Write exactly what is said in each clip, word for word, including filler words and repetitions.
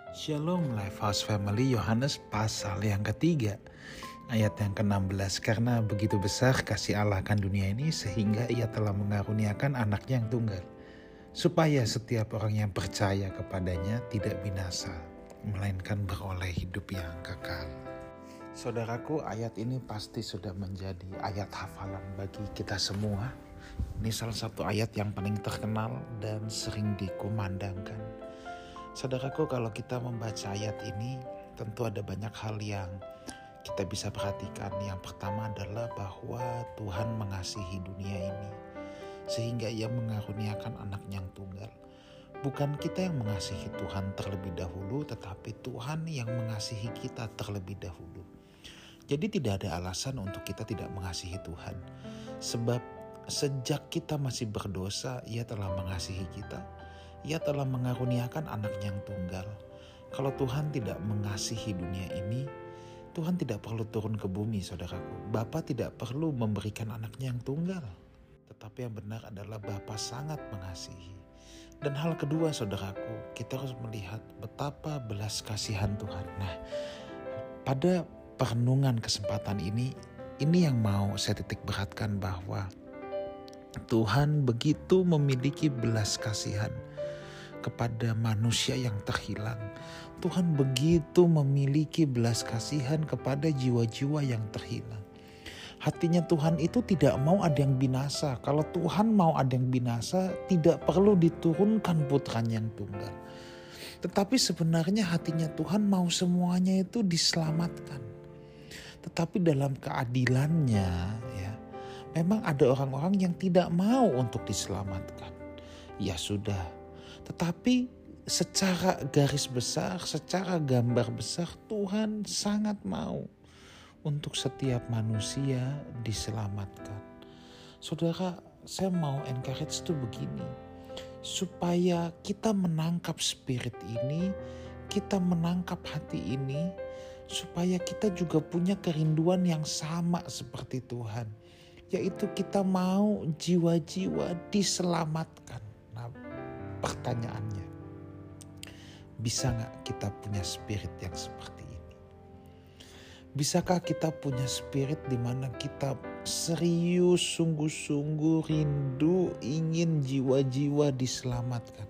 Shalom Lifehouse Family, Yohanes pasal yang ketiga ayat yang ke enam belas. Karena begitu besar kasih Allah akan dunia ini sehingga ia telah mengaruniakan anaknya yang tunggal, supaya setiap orang yang percaya kepadanya tidak binasa, melainkan beroleh hidup yang kekal. Saudaraku, ayat ini pasti sudah menjadi ayat hafalan bagi kita semua. Ini salah satu ayat yang paling terkenal dan sering dikumandangkan. Saudaraku, kalau kita membaca ayat ini, tentu ada banyak hal yang kita bisa perhatikan. Yang pertama adalah bahwa Tuhan mengasihi dunia ini, sehingga ia mengaruniakan anaknya yang tunggal. Bukan kita yang mengasihi Tuhan terlebih dahulu, tetapi Tuhan yang mengasihi kita terlebih dahulu. Jadi tidak ada alasan untuk kita tidak mengasihi Tuhan. Sebab sejak kita masih berdosa, ia telah mengasihi kita. Ia telah mengaruniakan anaknya yang tunggal. Kalau Tuhan tidak mengasihi dunia ini, Tuhan tidak perlu turun ke bumi, saudaraku. Bapa tidak perlu memberikan anaknya yang tunggal. Tetapi yang benar adalah Bapa sangat mengasihi. Dan hal kedua, saudaraku, kita harus melihat betapa belas kasihan Tuhan. Nah, pada perenungan kesempatan ini, ini yang mau saya titik beratkan, bahwa Tuhan begitu memiliki belas kasihan kepada manusia yang terhilang. Tuhan begitu memiliki belas kasihan kepada jiwa-jiwa yang terhilang. Hatinya Tuhan itu tidak mau ada yang binasa. Kalau Tuhan mau ada yang binasa, tidak perlu diturunkan putranya yang tunggal. Tetapi sebenarnya hatinya Tuhan mau semuanya itu diselamatkan. Tetapi dalam keadilannya, ya, memang ada orang-orang yang tidak mau untuk diselamatkan. Ya sudah. Tetapi secara garis besar, secara gambar besar, Tuhan sangat mau untuk setiap manusia diselamatkan. Saudara, saya mau encourage itu begini. Supaya kita menangkap spirit ini, kita menangkap hati ini, supaya kita juga punya kerinduan yang sama seperti Tuhan. Yaitu kita mau jiwa-jiwa diselamatkan. Nah, pertanyaannya, bisa gak kita punya spirit yang seperti ini? Bisakah kita punya spirit di mana kita serius, sungguh-sungguh rindu ingin jiwa-jiwa diselamatkan?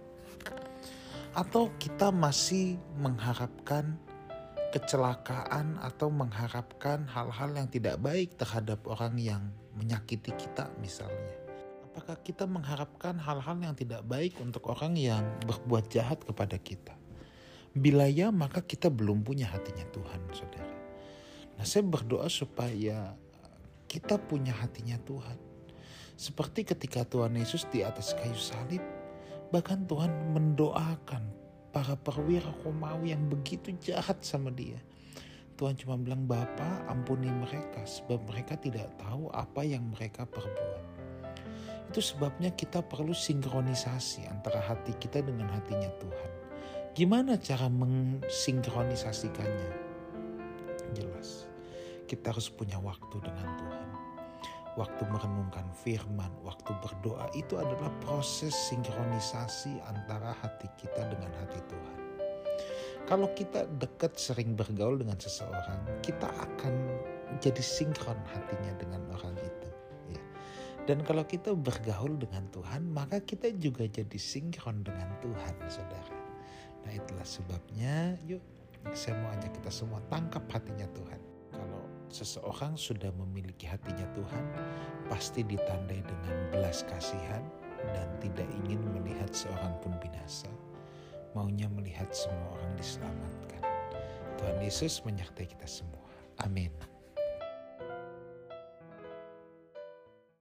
Atau kita masih mengharapkan kecelakaan atau mengharapkan hal-hal yang tidak baik terhadap orang yang menyakiti kita misalnya? Apakah kita mengharapkan hal-hal yang tidak baik untuk orang yang berbuat jahat kepada kita? Bila ya, maka kita belum punya hatinya Tuhan, saudara. Nah, saya berdoa supaya kita punya hatinya Tuhan. Seperti ketika Tuhan Yesus di atas kayu salib, bahkan Tuhan mendoakan para perwira Romawi yang begitu jahat sama dia. Tuhan cuma bilang, Bapa, ampuni mereka, sebab mereka tidak tahu apa yang mereka perbuat. Itu sebabnya kita perlu sinkronisasi antara hati kita dengan hatinya Tuhan. Gimana cara mensinkronisasikannya? Jelas, kita harus punya waktu dengan Tuhan. Waktu merenungkan firman, waktu berdoa, itu adalah proses sinkronisasi antara hati kita dengan hati Tuhan. Kalau kita dekat sering bergaul dengan seseorang, kita akan jadi sinkron hatinya dengan orang itu. Dan kalau kita bergaul dengan Tuhan, maka kita juga jadi sinkron dengan Tuhan, saudara. Nah, itulah sebabnya, yuk saya mau ajak kita semua tangkap hatinya Tuhan. Kalau seseorang sudah memiliki hatinya Tuhan, pasti ditandai dengan belas kasihan dan tidak ingin melihat seorang pun binasa. Maunya melihat semua orang diselamatkan. Tuhan Yesus menyertai kita semua. Amin.